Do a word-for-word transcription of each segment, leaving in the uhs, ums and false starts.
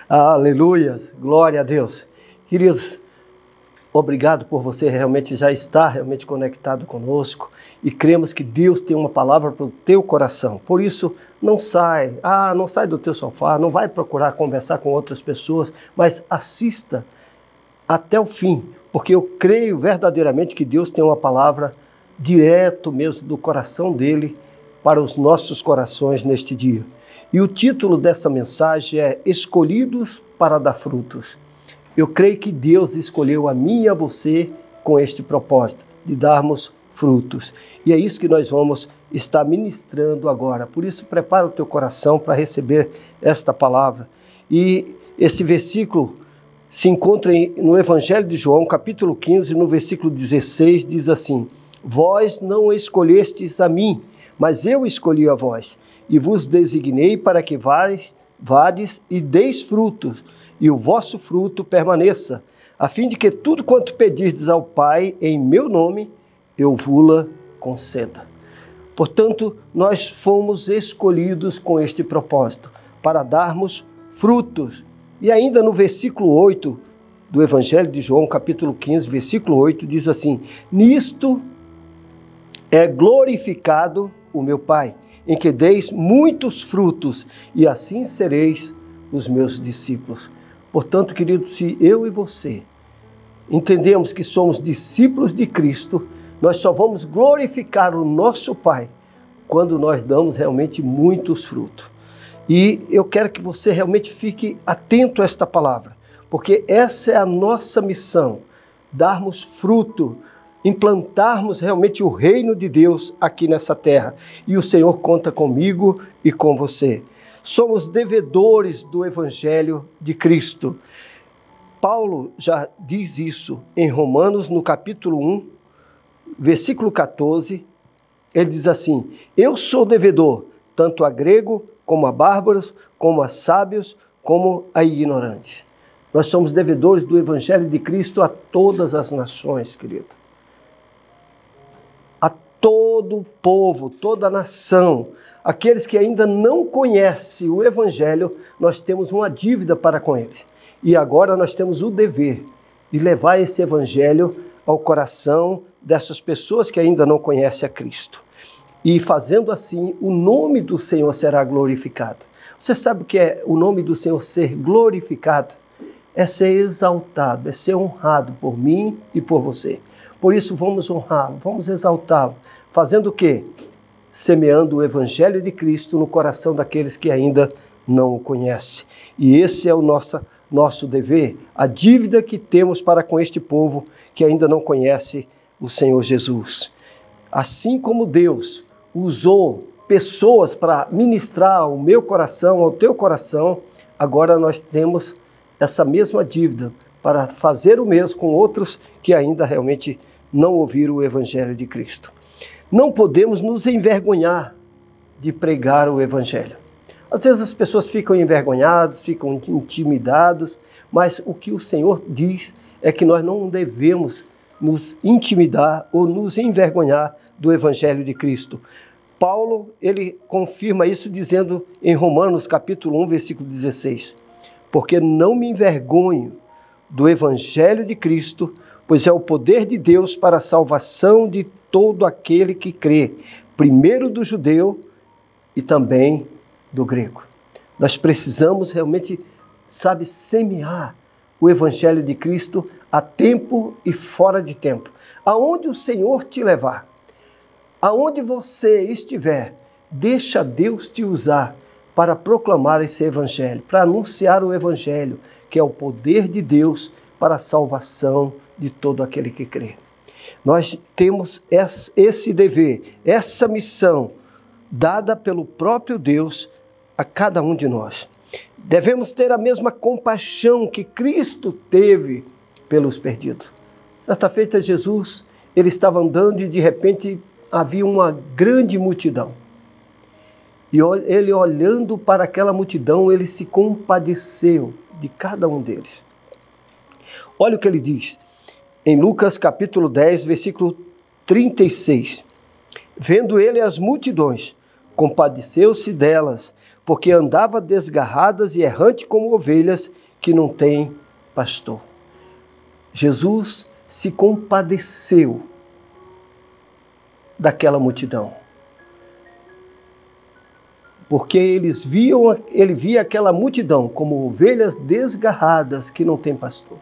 Aleluia, glória a Deus. Queridos, obrigado por você realmente já estar realmente conectado conosco e cremos que Deus tem uma palavra para o teu coração. Por isso, não sai, ah, não sai do teu sofá, não vai procurar conversar com outras pessoas, mas assista até o fim, porque eu creio verdadeiramente que Deus tem uma palavra direto mesmo do coração dele para os nossos corações neste dia. E o título dessa mensagem é Escolhidos para dar frutos. Eu creio que Deus escolheu a mim e a você com este propósito, de darmos frutos. E é isso que nós vamos estar ministrando agora. Por isso, prepara o teu coração para receber esta palavra. E esse versículo se encontra no Evangelho de João, capítulo quinze, no versículo dezesseis, diz assim: Vós não escolhestes a mim, mas eu escolhi a vós, e vos designei para que vais, vades e deis frutos, e o vosso fruto permaneça, a fim de que tudo quanto pedirdes ao Pai em meu nome, eu vou-la conceda. Portanto, nós fomos escolhidos com este propósito, para darmos frutos. E ainda no versículo oito do Evangelho de João, capítulo quinze, versículo oito, diz assim: Nisto é glorificado o meu Pai, em que deis muitos frutos, e assim sereis os meus discípulos. Portanto, queridos, se eu e você entendemos que somos discípulos de Cristo, nós só vamos glorificar o nosso Pai quando nós damos realmente muitos frutos. E eu quero que você realmente fique atento a esta palavra, porque essa é a nossa missão, darmos fruto, implantarmos realmente o reino de Deus aqui nessa terra. E o Senhor conta comigo e com você. Somos devedores do Evangelho de Cristo. Paulo já diz isso em Romanos, no capítulo um, versículo quatorze. Ele diz assim: Eu sou devedor, tanto a grego, como a bárbaros, como a sábios, como a ignorantes. Nós somos devedores do Evangelho de Cristo a todas as nações, querido. A todo o povo, toda a nação. Aqueles que ainda não conhecem o Evangelho, nós temos uma dívida para com eles. E agora nós temos o dever de levar esse Evangelho ao coração dessas pessoas que ainda não conhecem a Cristo. E fazendo assim, o nome do Senhor será glorificado. Você sabe o que é o nome do Senhor ser glorificado? É ser exaltado, é ser honrado por mim e por você. Por isso vamos honrá-lo, vamos exaltá-lo. Fazendo o quê? Semeando o Evangelho de Cristo no coração daqueles que ainda não o conhecem. E esse é o nosso, nosso dever, a dívida que temos para com este povo que ainda não conhece o Senhor Jesus. Assim como Deus usou pessoas para ministrar ao meu coração, ao teu coração, agora nós temos essa mesma dívida para fazer o mesmo com outros que ainda realmente não ouviram o Evangelho de Cristo. Não podemos nos envergonhar de pregar o Evangelho. Às vezes as pessoas ficam envergonhadas, ficam intimidadas, mas o que o Senhor diz é que nós não devemos nos intimidar ou nos envergonhar do Evangelho de Cristo. Paulo, ele confirma isso dizendo em Romanos capítulo um, versículo dezesseis: Porque não me envergonho do Evangelho de Cristo, pois é o poder de Deus para a salvação de todo aquele que crê, primeiro do judeu e também do grego. Nós precisamos realmente, sabe, semear o Evangelho de Cristo a tempo e fora de tempo. Aonde o Senhor te levar, aonde você estiver, deixa Deus te usar para proclamar esse Evangelho, para anunciar o Evangelho, que é o poder de Deus para a salvação de todo aquele que crê. Nós temos esse dever, essa missão, dada pelo próprio Deus a cada um de nós. Devemos ter a mesma compaixão que Cristo teve pelos perdidos. Certa feita, Jesus, ele estava andando e de repente havia uma grande multidão. E ele, olhando para aquela multidão, ele se compadeceu de cada um deles. Olha o que ele diz em Lucas capítulo dez, versículo trinta e seis. Vendo ele as multidões, compadeceu-se delas, porque andava desgarradas e errante como ovelhas que não têm pastor. Jesus se compadeceu daquela multidão, porque eles viam, ele via aquela multidão como ovelhas desgarradas que não têm pastor.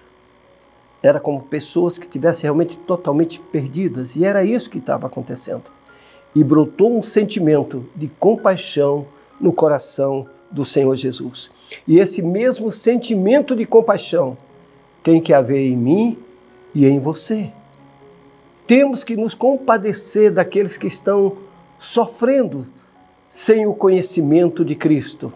Era como pessoas que estivessem realmente totalmente perdidas, e era isso que estava acontecendo. E brotou um sentimento de compaixão no coração do Senhor Jesus. E esse mesmo sentimento de compaixão tem que haver em mim e em você. Temos que nos compadecer daqueles que estão sofrendo sem o conhecimento de Cristo,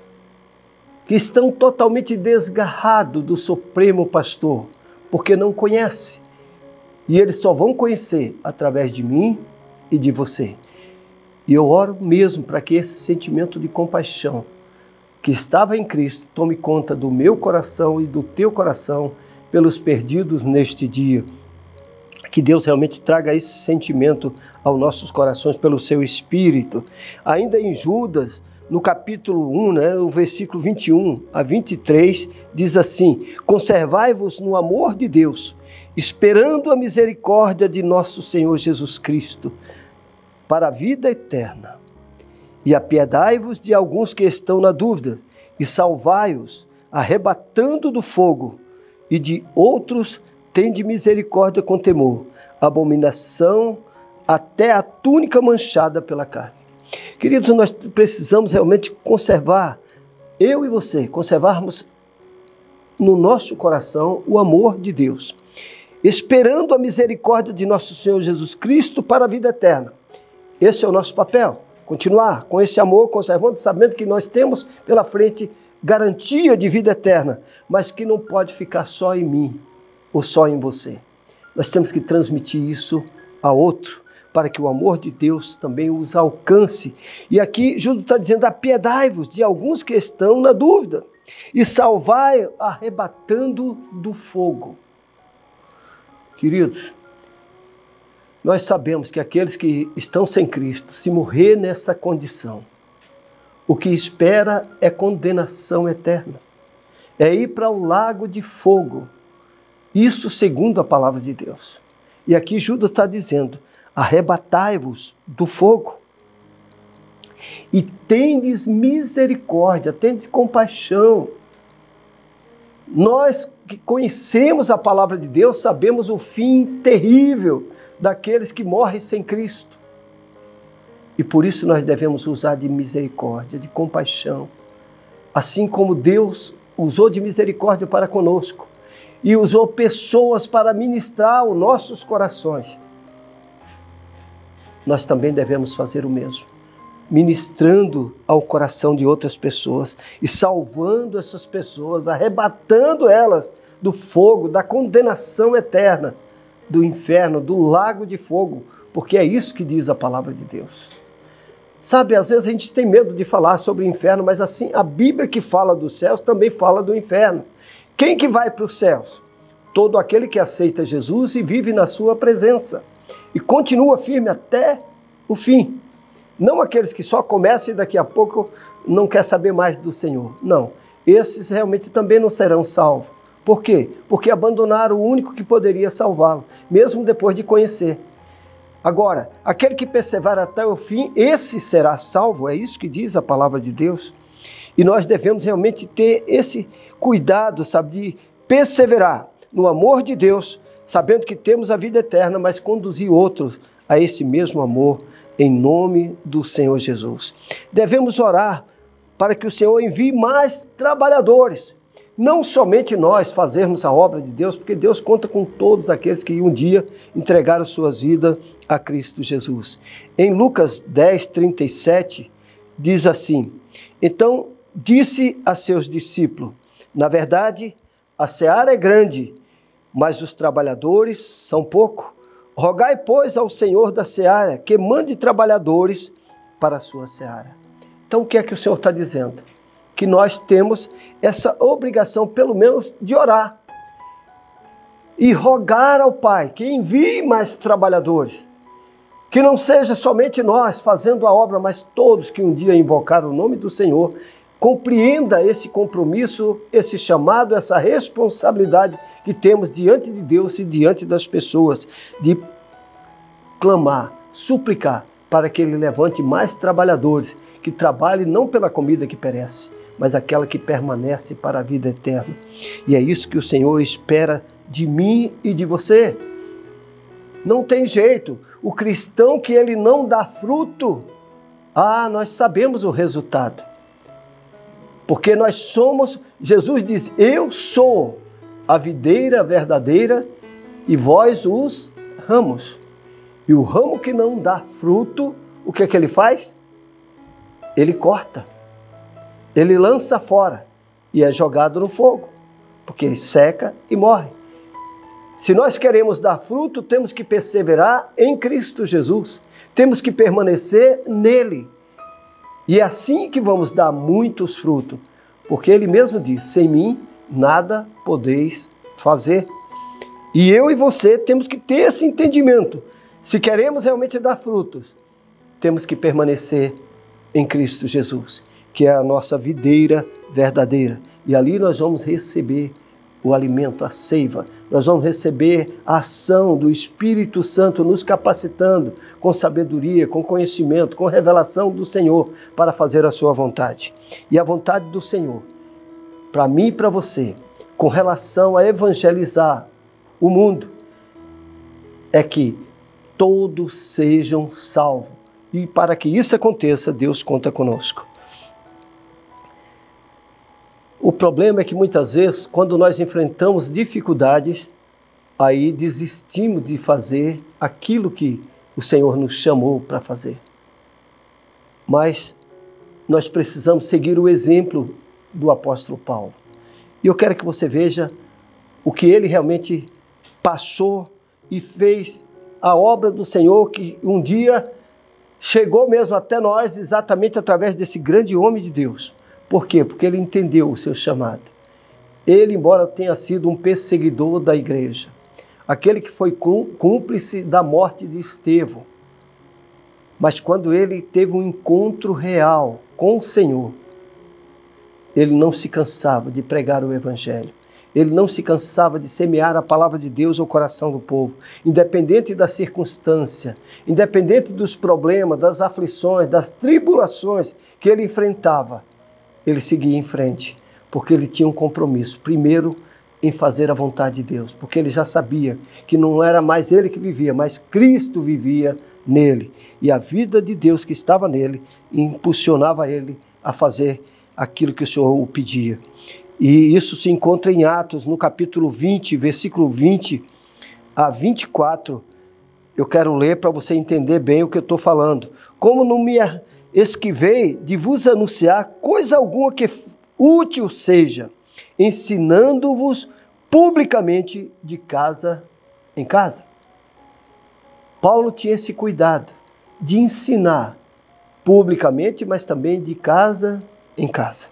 que estão totalmente desgarrados do Supremo Pastor, porque não conhecem. E eles só vão conhecer através de mim e de você. E eu oro mesmo para que esse sentimento de compaixão que estava em Cristo tome conta do meu coração e do teu coração pelos perdidos neste dia. Que Deus realmente traga esse sentimento aos nossos corações pelo seu Espírito. Ainda em Judas, no capítulo um, né, no versículo vinte e um a vinte e três, diz assim: conservai-vos no amor de Deus, esperando a misericórdia de nosso Senhor Jesus Cristo, para a vida eterna. E apiedai-vos de alguns que estão na dúvida, e salvai-os, arrebatando do fogo, e de outros tende misericórdia com temor, abominação até a túnica manchada pela carne. Queridos, nós precisamos realmente conservar, eu e você, conservarmos no nosso coração o amor de Deus, esperando a misericórdia de nosso Senhor Jesus Cristo para a vida eterna. Esse é o nosso papel, continuar com esse amor, conservando, sabendo que nós temos pela frente garantia de vida eterna, mas que não pode ficar só em mim ou só em você. Nós temos que transmitir isso a outro, para que o amor de Deus também os alcance. E aqui Judas está dizendo: apiedai-vos de alguns que estão na dúvida, e salvai arrebatando do fogo. Queridos, nós sabemos que aqueles que estão sem Cristo, se morrer nessa condição, o que espera é condenação eterna, é ir para o lago de fogo. Isso segundo a palavra de Deus. E aqui Judas está dizendo: arrebatai-vos do fogo e tendes misericórdia, tendes compaixão. Nós que conhecemos a palavra de Deus, sabemos o fim terrível daqueles que morrem sem Cristo. E por isso nós devemos usar de misericórdia, de compaixão, assim como Deus usou de misericórdia para conosco e usou pessoas para ministrar os nossos corações. Nós também devemos fazer o mesmo, ministrando ao coração de outras pessoas e salvando essas pessoas, arrebatando elas do fogo, da condenação eterna, do inferno, do lago de fogo, porque é isso que diz a palavra de Deus. Sabe, às vezes a gente tem medo de falar sobre o inferno, mas assim, a Bíblia que fala dos céus também fala do inferno. Quem que vai para os céus? Todo aquele que aceita Jesus e vive na sua presença e continua firme até o fim. Não aqueles que só começam e daqui a pouco não quer saber mais do Senhor. Não, esses realmente também não serão salvos. Por quê? Porque abandonaram o único que poderia salvá-lo, mesmo depois de conhecer. Agora, aquele que persevera até o fim, esse será salvo, é isso que diz a palavra de Deus. E nós devemos realmente ter esse cuidado, sabe, de perseverar no amor de Deus, sabendo que temos a vida eterna, mas conduzir outros a esse mesmo amor, em nome do Senhor Jesus. Devemos orar para que o Senhor envie mais trabalhadores, não somente nós fazermos a obra de Deus, porque Deus conta com todos aqueles que um dia entregaram suas vidas a Cristo Jesus. Em Lucas dez, trinta e sete, diz assim: então disse a seus discípulos: na verdade, a seara é grande, mas os trabalhadores são poucos. Rogai, pois, ao Senhor da seara que mande trabalhadores para a sua seara. Então, o que é que o Senhor está dizendo? Que nós temos essa obrigação, pelo menos, de orar e rogar ao Pai que envie mais trabalhadores. Que não seja somente nós fazendo a obra, mas todos que um dia invocaram o nome do Senhor, compreenda esse compromisso, esse chamado, essa responsabilidade que temos diante de Deus e diante das pessoas, de clamar, suplicar, para que Ele levante mais trabalhadores, que trabalhem não pela comida que perece, mas aquela que permanece para a vida eterna. E é isso que o Senhor espera de mim e de você. Não tem jeito. O cristão que ele não dá fruto, ah, nós sabemos o resultado. Porque nós somos, Jesus diz, eu sou a videira verdadeira e vós os ramos. E o ramo que não dá fruto, o que é que ele faz? Ele corta, ele lança fora e é jogado no fogo, porque seca e morre. Se nós queremos dar fruto, temos que perseverar em Cristo Jesus, temos que permanecer nele. E é assim que vamos dar muitos frutos, porque ele mesmo diz, sem mim nada podeis fazer. E eu e você temos que ter esse entendimento. Se queremos realmente dar frutos, temos que permanecer em Cristo Jesus, que é a nossa videira verdadeira. E ali nós vamos receber o alimento, a seiva. Nós vamos receber a ação do Espírito Santo nos capacitando com sabedoria, com conhecimento, com revelação do Senhor para fazer a sua vontade. E a vontade do Senhor, para mim e para você, com relação a evangelizar o mundo, é que todos sejam salvos. E para que isso aconteça, Deus conta conosco. O problema é que muitas vezes, quando nós enfrentamos dificuldades, aí desistimos de fazer aquilo que o Senhor nos chamou para fazer. Mas nós precisamos seguir o exemplo do apóstolo Paulo. E eu quero que você veja o que ele realmente passou e fez, a obra do Senhor que um dia chegou mesmo até nós exatamente através desse grande homem de Deus. Por quê? Porque ele entendeu o seu chamado. Ele, embora tenha sido um perseguidor da igreja, aquele que foi cúmplice da morte de Estevão, mas quando ele teve um encontro real com o Senhor, ele não se cansava de pregar o evangelho. Ele não se cansava de semear a palavra de Deus ao coração do povo, independente da circunstância, independente dos problemas, das aflições, das tribulações que ele enfrentava. Ele seguia em frente, porque ele tinha um compromisso, primeiro em fazer a vontade de Deus, porque ele já sabia que não era mais ele que vivia, mas Cristo vivia nele. E a vida de Deus que estava nele impulsionava ele a fazer aquilo que o Senhor o pedia. E isso se encontra em Atos, no capítulo vinte, versículo vinte a vinte e quatro. Eu quero ler para você entender bem o que eu estou falando. Como não me esquivei de vos anunciar coisa alguma que útil seja, ensinando-vos publicamente de casa em casa. Paulo tinha esse cuidado de ensinar publicamente, mas também de casa em casa.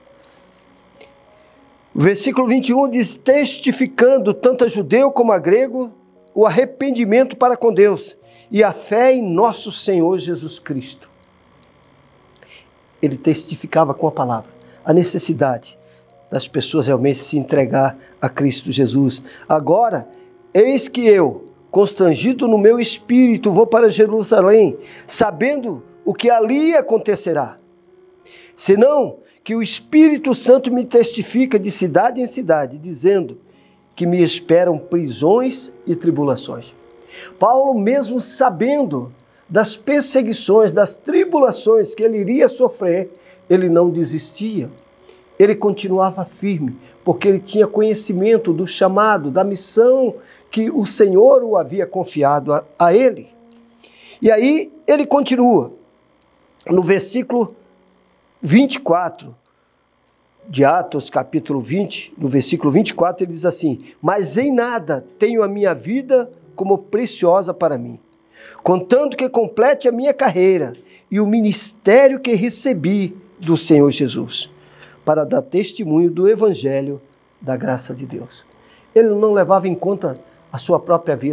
O versículo vinte e um diz, testificando tanto a judeu como a grego o arrependimento para com Deus e a fé em nosso Senhor Jesus Cristo. Ele testificava com a palavra a necessidade das pessoas realmente se entregar a Cristo Jesus. Agora, eis que eu, constrangido no meu espírito, vou para Jerusalém, sabendo o que ali acontecerá. Senão que o Espírito Santo me testifica de cidade em cidade, dizendo que me esperam prisões e tribulações. Paulo, mesmo sabendo das perseguições, das tribulações que ele iria sofrer, ele não desistia. Ele continuava firme, porque ele tinha conhecimento do chamado, da missão que o Senhor o havia confiado a, a ele. E aí ele continua, no versículo vinte e quatro, de Atos, capítulo vinte, no versículo vinte e quatro, ele diz assim, mas em nada tenho a minha vida como preciosa para mim, contando que complete a minha carreira e o ministério que recebi do Senhor Jesus, para dar testemunho do Evangelho da graça de Deus. Ele não levava em conta a sua própria vida.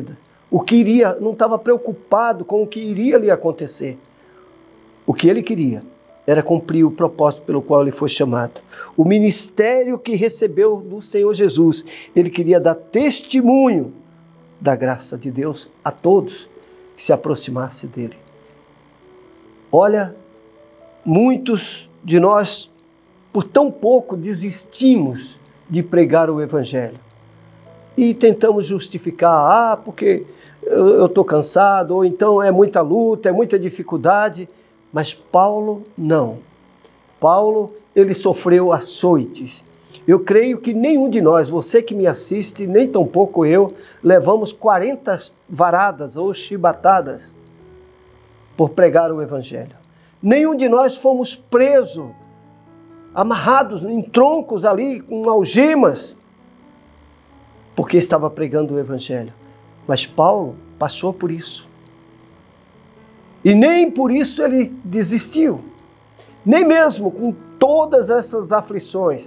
o que iria, não estava preocupado com o que iria lhe acontecer. O que ele queria era cumprir o propósito pelo qual ele foi chamado. O ministério que recebeu do Senhor Jesus. Ele queria dar testemunho da graça de Deus a todos que se aproximassem dele. Olha, muitos de nós, por tão pouco, desistimos de pregar o Evangelho. E tentamos justificar, ah, porque eu estou cansado, ou então é muita luta, é muita dificuldade. Mas Paulo, não. Paulo, ele sofreu açoites. Eu creio que nenhum de nós, você que me assiste, nem tampouco eu, levamos quarenta varadas ou chibatadas por pregar o Evangelho. Nenhum de nós fomos presos, amarrados em troncos ali, com algemas, porque estava pregando o Evangelho. Mas Paulo passou por isso. E nem por isso ele desistiu. Nem mesmo com todas essas aflições,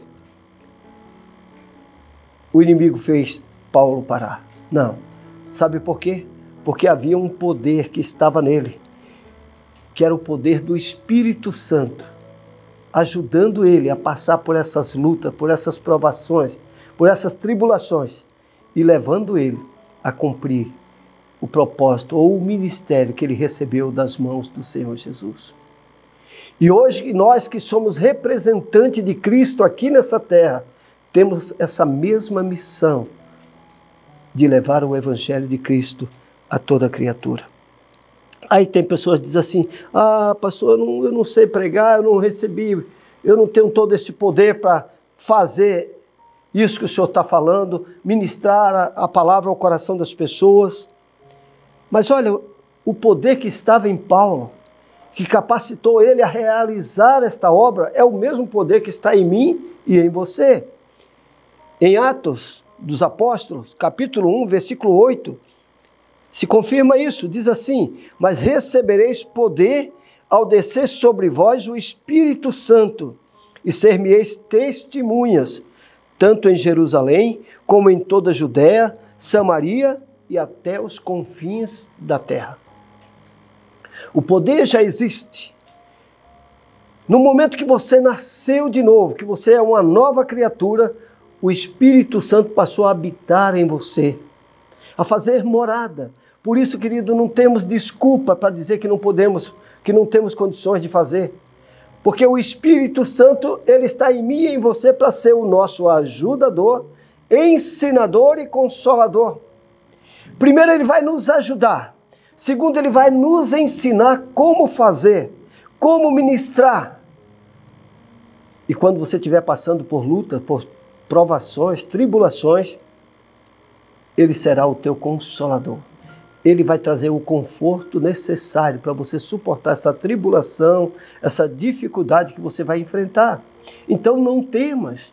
o inimigo fez Paulo parar. Não. Sabe por quê? Porque havia um poder que estava nele, que era o poder do Espírito Santo, ajudando ele a passar por essas lutas, por essas provações, por essas tribulações, e levando ele a cumprir o propósito ou o ministério que ele recebeu das mãos do Senhor Jesus. E hoje nós que somos representantes de Cristo aqui nessa terra, temos essa mesma missão de levar o Evangelho de Cristo a toda criatura. Aí tem pessoas que dizem assim, ah, pastor, eu não, eu não sei pregar, eu não recebi, eu não tenho todo esse poder para fazer isso que o senhor está falando, ministrar a, a palavra ao coração das pessoas. Mas olha, o poder que estava em Paulo, que capacitou ele a realizar esta obra, é o mesmo poder que está em mim e em você. Em Atos dos Apóstolos, capítulo um, versículo oito, se confirma isso, diz assim, mas recebereis poder ao descer sobre vós o Espírito Santo, e ser-me-eis testemunhas, tanto em Jerusalém, como em toda a Judéia, Samaria e até os confins da terra. O poder já existe. No momento que você nasceu de novo, que você é uma nova criatura, o Espírito Santo passou a habitar em você, a fazer morada. Por isso, querido, não temos desculpa para dizer que não podemos, que não temos condições de fazer. Porque o Espírito Santo, ele está em mim e em você para ser o nosso ajudador, ensinador e consolador. Primeiro, ele vai nos ajudar. Segundo, ele vai nos ensinar como fazer, como ministrar. E quando você estiver passando por luta, por provações, tribulações, ele será o teu consolador. Ele vai trazer o conforto necessário para você suportar essa tribulação, essa dificuldade que você vai enfrentar. Então não temas.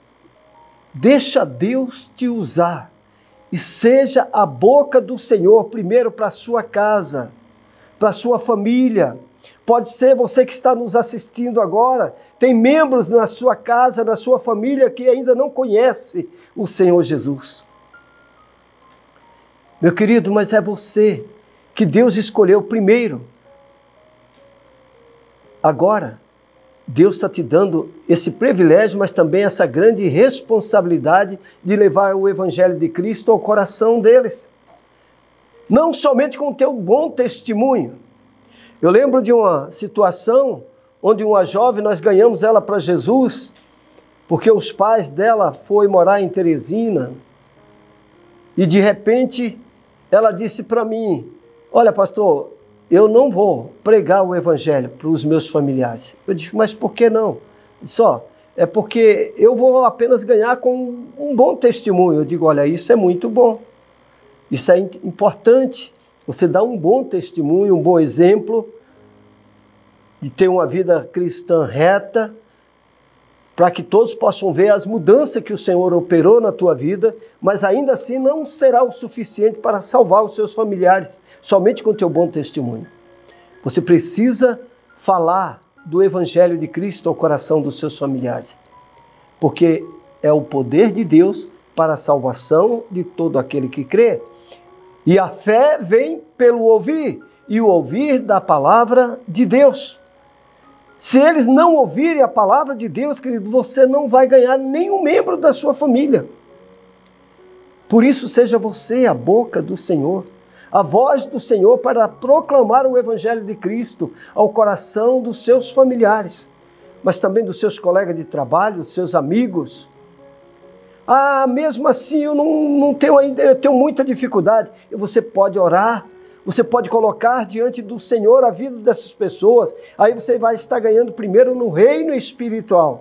Deixa Deus te usar. E seja a boca do Senhor primeiro para a sua casa, para a sua família. Pode ser você que está nos assistindo agora, tem membros na sua casa, na sua família que ainda não conhece o Senhor Jesus. Meu querido, mas é você que Deus escolheu primeiro. Agora, Deus está te dando esse privilégio, mas também essa grande responsabilidade de levar o Evangelho de Cristo ao coração deles. Não somente com o teu bom testemunho. Eu lembro de uma situação onde uma jovem, nós ganhamos ela para Jesus, porque os pais dela foram morar em Teresina, e de repente ela disse para mim, olha pastor, eu não vou pregar o Evangelho para os meus familiares. Eu disse, mas por que não? Só, é porque eu vou apenas ganhar com um bom testemunho. Eu digo, olha, isso é muito bom. Isso é importante. Você dá um bom testemunho, um bom exemplo de ter uma vida cristã reta, para que todos possam ver as mudanças que o Senhor operou na tua vida, mas ainda assim não será o suficiente para salvar os seus familiares, somente com o teu bom testemunho. Você precisa falar do Evangelho de Cristo ao coração dos seus familiares, porque é o poder de Deus para a salvação de todo aquele que crê. E a fé vem pelo ouvir, e o ouvir da palavra de Deus. Se eles não ouvirem a palavra de Deus, querido, você não vai ganhar nenhum membro da sua família. Por isso, seja você a boca do Senhor, a voz do Senhor para proclamar o Evangelho de Cristo ao coração dos seus familiares, mas também dos seus colegas de trabalho, dos seus amigos. Ah, mesmo assim eu não, não tenho ainda, eu tenho muita dificuldade. E você pode orar, você pode colocar diante do Senhor a vida dessas pessoas. Aí você vai estar ganhando primeiro no reino espiritual.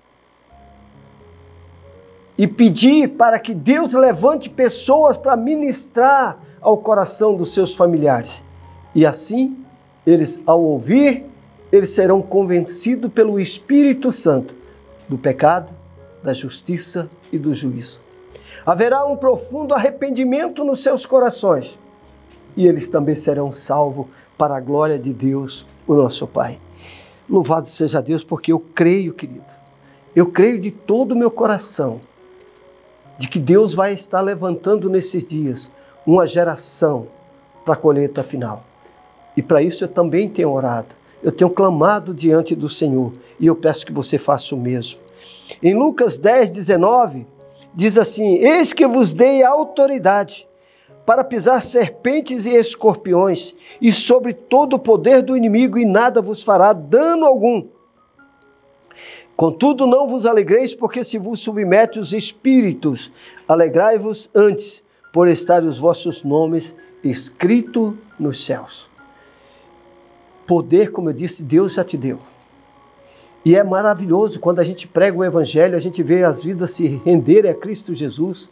E pedir para que Deus levante pessoas para ministrar ao coração dos seus familiares. E assim, eles, ao ouvir, eles serão convencidos pelo Espírito Santo do pecado, da justiça e do juízo. Haverá um profundo arrependimento nos seus corações e eles também serão salvos para a glória de Deus, o nosso Pai. Louvado seja Deus, porque eu creio, querido, eu creio de todo o meu coração de que Deus vai estar levantando nesses dias uma geração para a colheita final. E para isso eu também tenho orado, eu tenho clamado diante do Senhor e eu peço que você faça o mesmo. Em Lucas dez, dezenove, diz assim: eis que vos dei autoridade para pisar serpentes e escorpiões e sobre todo o poder do inimigo, e nada vos fará dano algum. Contudo, não vos alegreis, porque se vos submete os espíritos, alegrai-vos antes, por estarem os vossos nomes escritos nos céus. Poder, como eu disse, Deus já te deu. E é maravilhoso quando a gente prega o Evangelho, a gente vê as vidas se renderem a Cristo Jesus.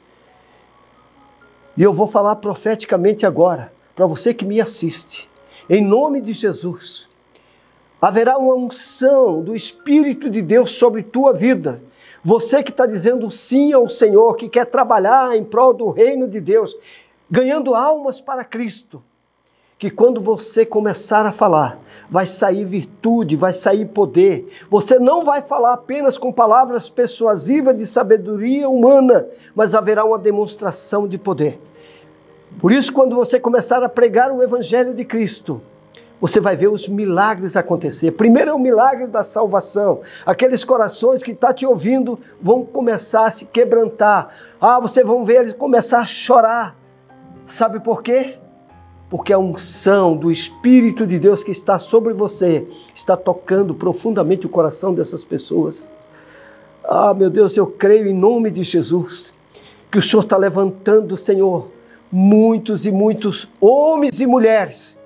E eu vou falar profeticamente agora, para você que me assiste, em nome de Jesus. Haverá uma unção do Espírito de Deus sobre tua vida. Você que está dizendo sim ao Senhor, que quer trabalhar em prol do reino de Deus, ganhando almas para Cristo. Que quando você começar a falar, vai sair virtude, vai sair poder. Você não vai falar apenas com palavras persuasivas de sabedoria humana, mas haverá uma demonstração de poder. Por isso, quando você começar a pregar o Evangelho de Cristo, você vai ver os milagres acontecer. Primeiro é o milagre da salvação. Aqueles corações que estão te ouvindo vão começar a se quebrantar. Ah, vocês vão ver eles começar a chorar. Sabe por quê? Porque a unção do Espírito de Deus que está sobre você está tocando profundamente o coração dessas pessoas. Ah, meu Deus, eu creio em nome de Jesus que o Senhor está levantando, Senhor, muitos e muitos homens e mulheres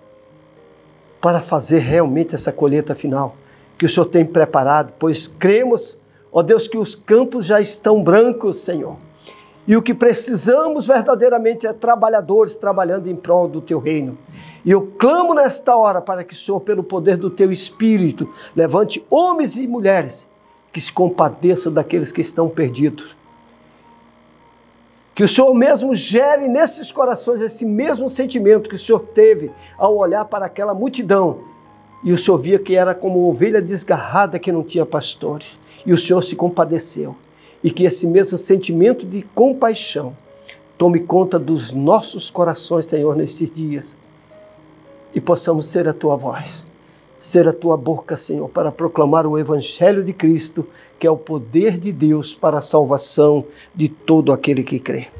para fazer realmente essa colheita final que o Senhor tem preparado, pois cremos, ó Deus, que os campos já estão brancos, Senhor. E o que precisamos verdadeiramente é trabalhadores trabalhando em prol do Teu reino. E eu clamo nesta hora para que o Senhor, pelo poder do Teu Espírito, levante homens e mulheres que se compadeçam daqueles que estão perdidos. Que o Senhor mesmo gere nesses corações esse mesmo sentimento que o Senhor teve ao olhar para aquela multidão. E o Senhor via que era como ovelha desgarrada que não tinha pastores. E o Senhor se compadeceu. E que esse mesmo sentimento de compaixão tome conta dos nossos corações, Senhor, nestes dias. E possamos ser a Tua voz, ser a Tua boca, Senhor, para proclamar o Evangelho de Cristo, que é o poder de Deus para a salvação de todo aquele que crê.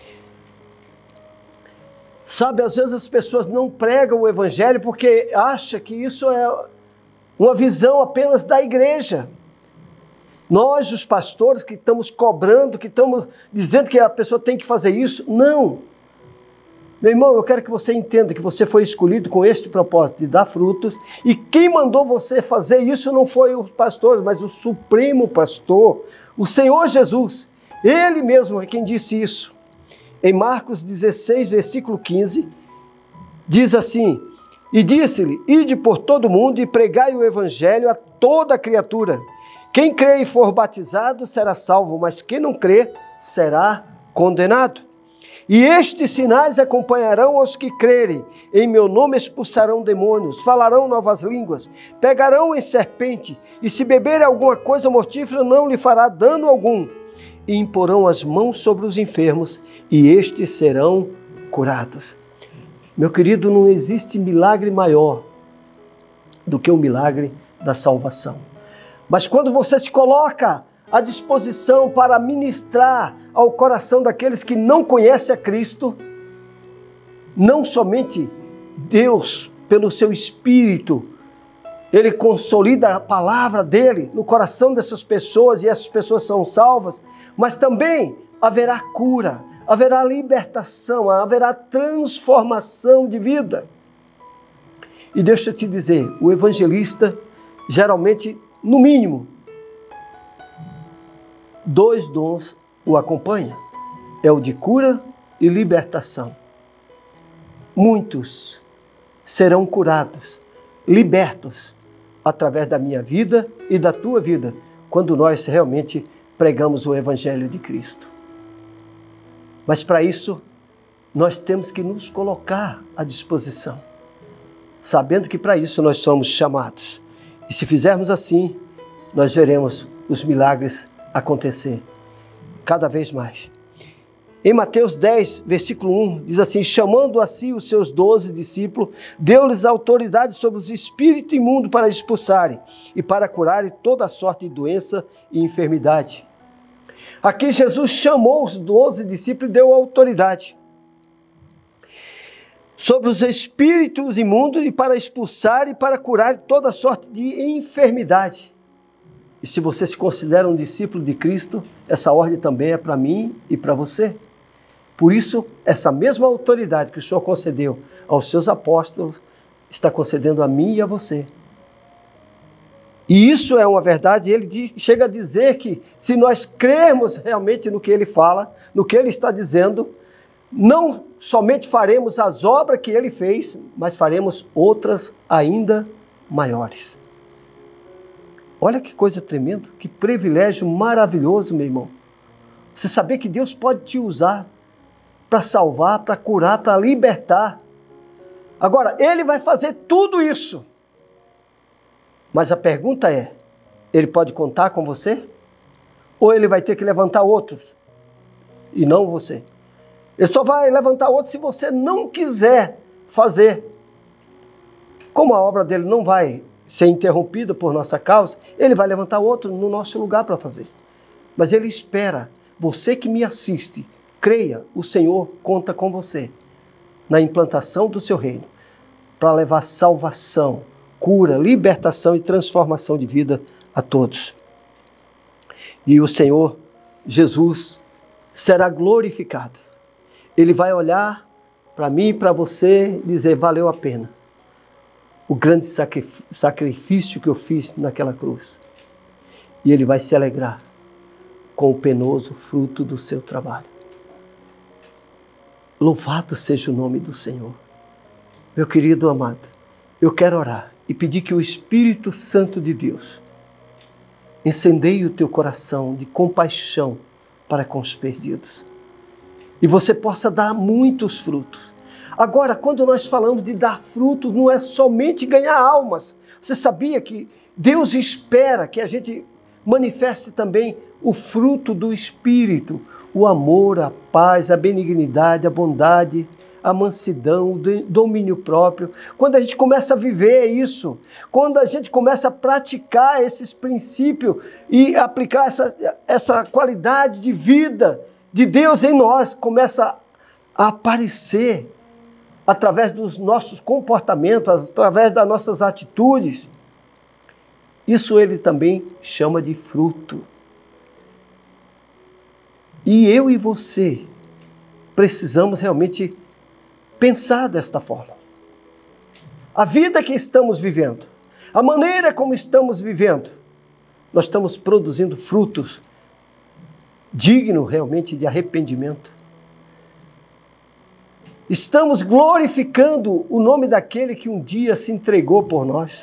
Sabe, às vezes as pessoas não pregam o Evangelho porque acham que isso é uma visão apenas da igreja. Nós, os pastores, que estamos cobrando, que estamos dizendo que a pessoa tem que fazer isso. Não. Meu irmão, eu quero que você entenda que você foi escolhido com este propósito de dar frutos. E quem mandou você fazer isso não foi os pastores, mas o Supremo Pastor, o Senhor Jesus. Ele mesmo é quem disse isso. Em Marcos dezesseis, versículo quinze, diz assim: e disse-lhe, ide por todo o mundo e pregai o Evangelho a toda criatura. Quem crê e for batizado será salvo, mas quem não crê será condenado. E estes sinais acompanharão os que crerem. Em meu nome expulsarão demônios, falarão novas línguas, pegarão em serpente, e se beberem alguma coisa mortífera não lhe fará dano algum. E imporão as mãos sobre os enfermos, e estes serão curados. curados. Meu querido, não existe milagre maior do que o milagre da salvação. Mas quando você se coloca à disposição para ministrar ao coração daqueles que não conhecem a Cristo, não somente Deus, pelo seu Espírito, Ele consolida a palavra dEle no coração dessas pessoas e essas pessoas são salvas, mas também haverá cura, haverá libertação, haverá transformação de vida. E deixa eu te dizer, o evangelista, geralmente, no mínimo, dois dons o acompanham. É o de cura e libertação. Muitos serão curados, libertos, através da minha vida e da tua vida, quando nós realmente pregamos o Evangelho de Cristo. Mas para isso, nós temos que nos colocar à disposição, sabendo que para isso nós somos chamados. E se fizermos assim, nós veremos os milagres acontecer cada vez mais. Em Mateus dez, versículo um, diz assim: chamando a si os seus doze discípulos, deu-lhes autoridade sobre os espíritos imundos para expulsarem e para curarem toda sorte de doença e enfermidade. Aqui Jesus chamou os doze discípulos e deu autoridade sobre os espíritos imundos e para expulsar e para curar toda sorte de enfermidade. E se você se considera um discípulo de Cristo, essa ordem também é para mim e para você. Por isso, essa mesma autoridade que o Senhor concedeu aos seus apóstolos, está concedendo a mim e a você. E isso é uma verdade, ele chega a dizer que se nós crermos realmente no que ele fala, no que ele está dizendo, não somente faremos as obras que ele fez, mas faremos outras ainda maiores. Olha que coisa tremenda, que privilégio maravilhoso, meu irmão. Você saber que Deus pode te usar para salvar, para curar, para libertar. Agora, Ele vai fazer tudo isso. Mas a pergunta é, Ele pode contar com você? Ou Ele vai ter que levantar outros? E não você. Ele só vai levantar outros se você não quiser fazer. Como a obra dele não vai ser interrompida por nossa causa, Ele vai levantar outro no nosso lugar para fazer. Mas Ele espera, você que me assiste, creia, o Senhor conta com você na implantação do seu reino para levar salvação, cura, libertação e transformação de vida a todos. E o Senhor Jesus será glorificado. Ele vai olhar para mim e para você e dizer, valeu a pena o grande sacrifício que eu fiz naquela cruz. E Ele vai se alegrar com o penoso fruto do seu trabalho. Louvado seja o nome do Senhor. Meu querido amado, eu quero orar e pedir que o Espírito Santo de Deus incendeie o teu coração de compaixão para com os perdidos. E você possa dar muitos frutos. Agora, quando nós falamos de dar frutos, não é somente ganhar almas. Você sabia que Deus espera que a gente manifeste também o fruto do Espírito, o amor, a paz, a benignidade, a bondade, a mansidão, o domínio próprio. Quando a gente começa a viver isso, quando a gente começa a praticar esses princípios e aplicar essa, essa qualidade de vida de Deus em nós, começa a aparecer através dos nossos comportamentos, através das nossas atitudes. Isso Ele também chama de fruto. E eu e você precisamos realmente pensar desta forma. A vida que estamos vivendo, a maneira como estamos vivendo, nós estamos produzindo frutos dignos realmente de arrependimento. Estamos glorificando o nome daquele que um dia se entregou por nós.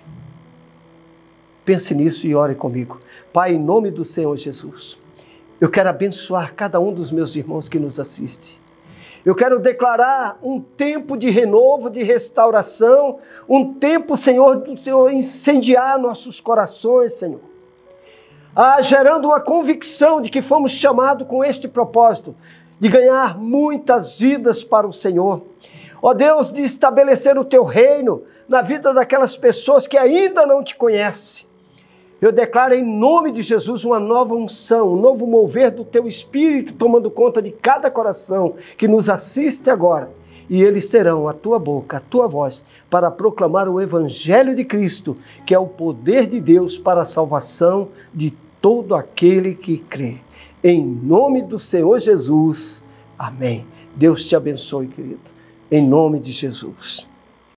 Pense nisso e ore comigo. Pai, em nome do Senhor Jesus, eu quero abençoar cada um dos meus irmãos que nos assiste. Eu quero declarar um tempo de renovo, de restauração, um tempo, Senhor, do Senhor incendiar nossos corações, Senhor. Ah, gerando uma convicção de que fomos chamados com este propósito, de ganhar muitas vidas para o Senhor. Ó Deus, de estabelecer o teu reino na vida daquelas pessoas que ainda não te conhecem. Eu declaro em nome de Jesus uma nova unção, um novo mover do teu Espírito, tomando conta de cada coração que nos assiste agora. E eles serão a tua boca, a tua voz, para proclamar o Evangelho de Cristo, que é o poder de Deus para a salvação de todo aquele que crê. Em nome do Senhor Jesus. Amém. Deus te abençoe, querido. Em nome de Jesus.